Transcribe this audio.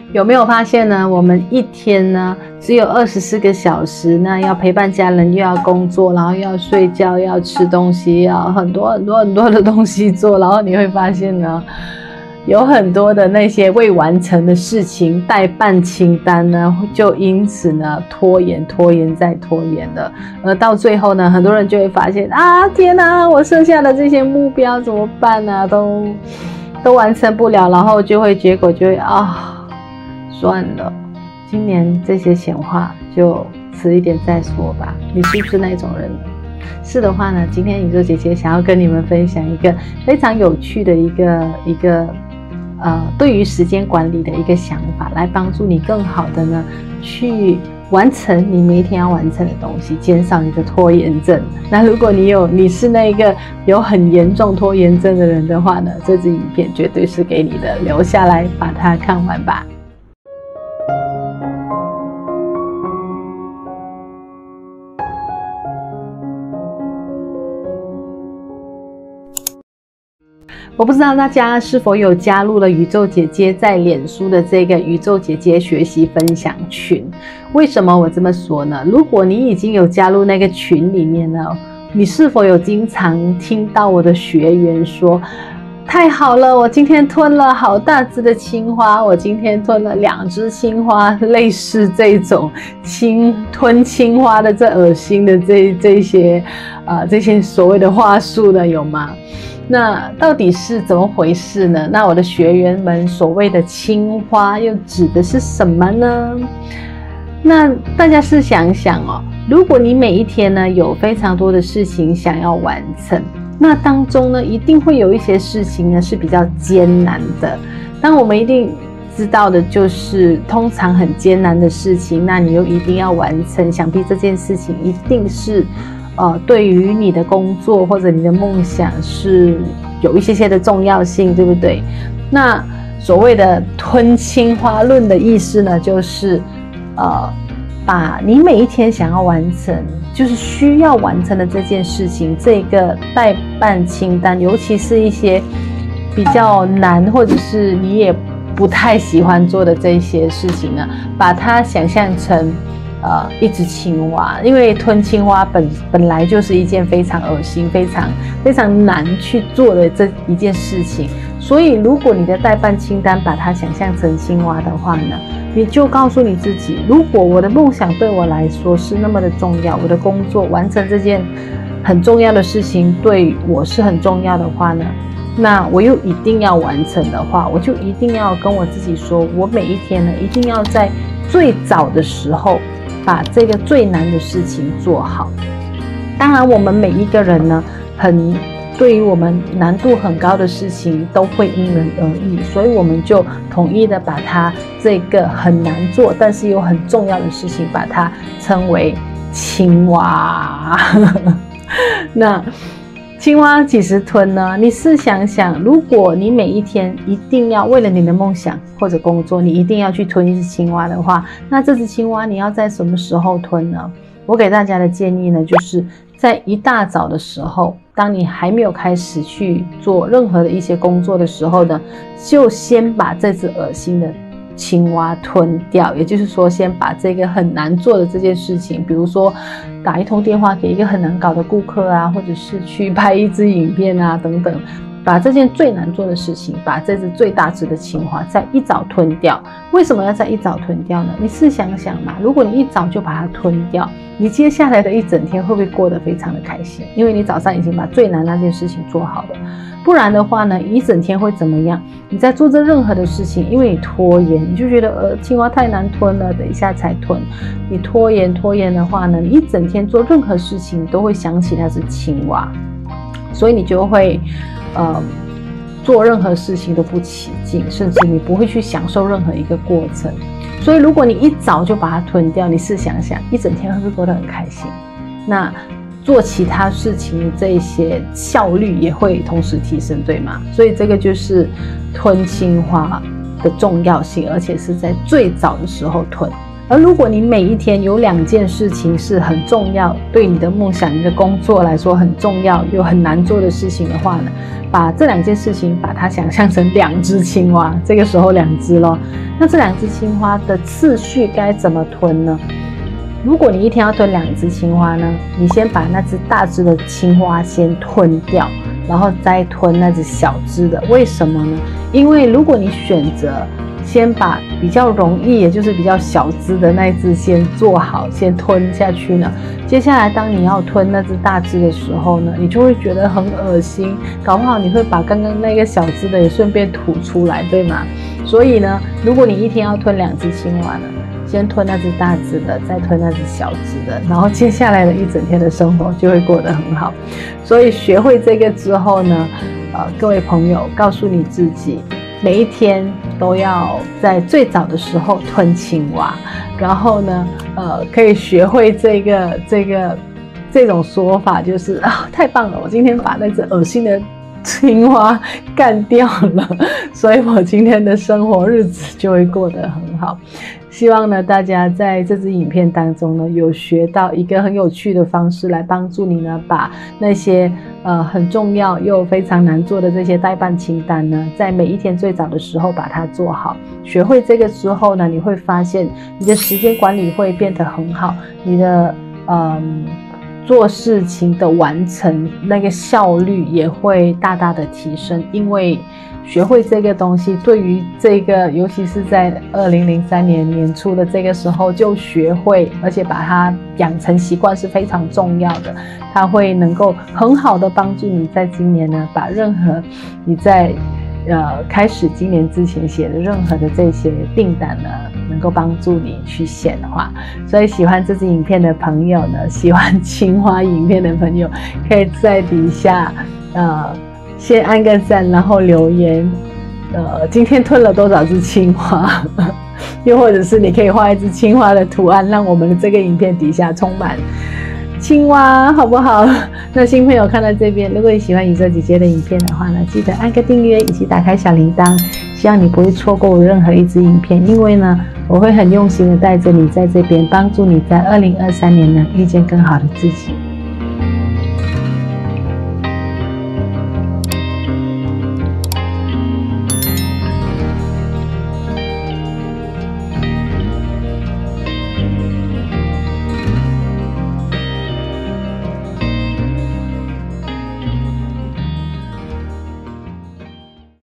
有没有发现呢？我们一天呢只有24个小时呢，要陪伴家人，又要工作，然后又要睡觉，又要吃东西，要很多的东西做，然后你会发现呢，有很多的那些未完成的事情，待办清单呢，就因此呢拖延再拖延了。而到最后呢，很多人就会发现啊，天哪，我设下的这些目标怎么办啊？都完成不了，然后结果就会算了，今年这些闲话就迟一点再说吧。你是不是那种人呢？是的话呢，今天宇宙姐姐想要跟你们分享一个非常有趣的一个对于时间管理的一个想法，来帮助你更好的呢去完成你每一天要完成的东西，减少你的拖延症。那如果你是那个有很严重拖延症的人的话呢，这支影片绝对是给你的，留下来把它看完吧。我不知道大家是否有加入了宇宙姐姐在脸书的这个宇宙姐姐学习分享群。为什么我这么说呢？如果你已经有加入那个群里面呢，你是否有经常听到我的学员说，太好了，我今天吞了好大只的青蛙，我今天吞了2只青蛙，类似这种吞青蛙的这恶心的这些所谓的话术呢，有吗？那到底是怎么回事呢？那我的学员们所谓的青蛙又指的是什么呢？那大家试想想哦，如果你每一天呢有非常多的事情想要完成，那当中呢一定会有一些事情呢是比较艰难的。当我们一定知道的就是通常很艰难的事情，那你又一定要完成，想必这件事情一定是对于你的工作或者你的梦想是有一些的重要性，对不对？那所谓的吞青蛙论的意思呢，就是把你每一天想要完成，就是需要完成的这件事情，这个待办清单，尤其是一些比较难或者是你也不太喜欢做的这些事情呢，把它想象成一只青蛙，因为吞青蛙本来就是一件非常恶心、非常难去做的这一件事情，所以如果你的待办清单把它想象成青蛙的话呢，你就告诉你自己，如果我的梦想对我来说是那么的重要，我的工作完成这件很重要的事情对我是很重要的话呢，那我又一定要完成的话，我就一定要跟我自己说，我每一天呢一定要在最早的时候把这个最难的事情做好。当然我们每一个人呢对于我们难度很高的事情都会因人而异，所以我们就统一的把它这个很难做但是又很重要的事情把它称为青蛙那青蛙几时吞呢？你试想想，如果你每一天一定要为了你的梦想或者工作，你一定要去吞一只青蛙的话，那这只青蛙你要在什么时候吞呢？我给大家的建议呢，就是在一大早的时候，当你还没有开始去做任何的一些工作的时候呢，就先把这只恶心的青蛙吞掉。也就是说，先把这个很难做的这件事情，比如说打一通电话给一个很难搞的顾客啊，或者是去拍一支影片啊等等，把这件最难做的事情，把这只最大只的青蛙在一早吞掉。为什么要在一早吞掉呢？你试想想嘛，如果你一早就把它吞掉，你接下来的一整天会不会过得非常的开心？因为你早上已经把最难那件事情做好了。不然的话呢，一整天会怎么样？你在做这任何的事情，因为你拖延，你就觉得青蛙太难吞了，等一下才吞。你拖延的话呢，你一整天做任何事情都会想起那只青蛙，所以你就会做任何事情都不起劲，甚至你不会去享受任何一个过程。所以如果你一早就把它吞掉，你试想想一整天会不会过得很开心？那做其他事情的这一些效率也会同时提升，对吗？所以这个就是吞青蛙的重要性，而且是在最早的时候吞。 而如果你每一天有2件事情是很重要，对你的梦想、你的工作来说很重要又很难做的事情的话呢，把这2件事情把它想象成2只青蛙，这个时候2只咯。那这2只青蛙的次序该怎么吞呢？如果你一天要吞2只青蛙呢，你先把那只大只的青蛙先吞掉，然后再吞那只小只的。为什么呢？因为如果你选择先把比较容易，也就是比较小只的那只先做好，先吞下去呢，接下来当你要吞那只大只的时候呢，你就会觉得很恶心，搞不好你会把刚刚那个小只的也顺便吐出来，对吗？所以呢，如果你一天要吞2只青蛙呢，先吞那只大只的，再吞那只小只的，然后接下来的一整天的生活就会过得很好。所以学会这个之后呢，各位朋友，告诉你自己，每一天都要在最早的时候吞青蛙，然后呢，可以学会这种说法，就是太棒了，我今天把那只恶心的青蛙干掉了，所以我今天的生活日子就会过得很好。希望呢，大家在这支影片当中呢，有学到一个很有趣的方式来帮助你呢，把那些很重要又非常难做的这些待办清单呢，在每一天最早的时候把它做好。学会这个之后呢，你会发现你的时间管理会变得很好，你的做事情的完成那个效率也会大大的提升，因为学会这个东西，对于这个尤其是在2003年年初的这个时候就学会，而且把它养成习惯是非常重要的。它会能够很好的帮助你在今年呢，把任何你在开始今年之前写的任何的这些订单呢，能够帮助你去显化。所以喜欢这支影片的朋友呢，喜欢青蛙影片的朋友，可以在底下先按个赞，然后留言今天吞了多少只青蛙又或者是你可以画一只青蛙的图案，让我们的这个影片底下充满青蛙，好不好？那新朋友看到这边，如果你喜欢宇宙姐姐的影片的话呢，记得按个订阅以及打开小铃铛，希望你不会错过我任何一支影片。因为呢，我会很用心的带着你在这边，帮助你在2023年呢遇见更好的自己。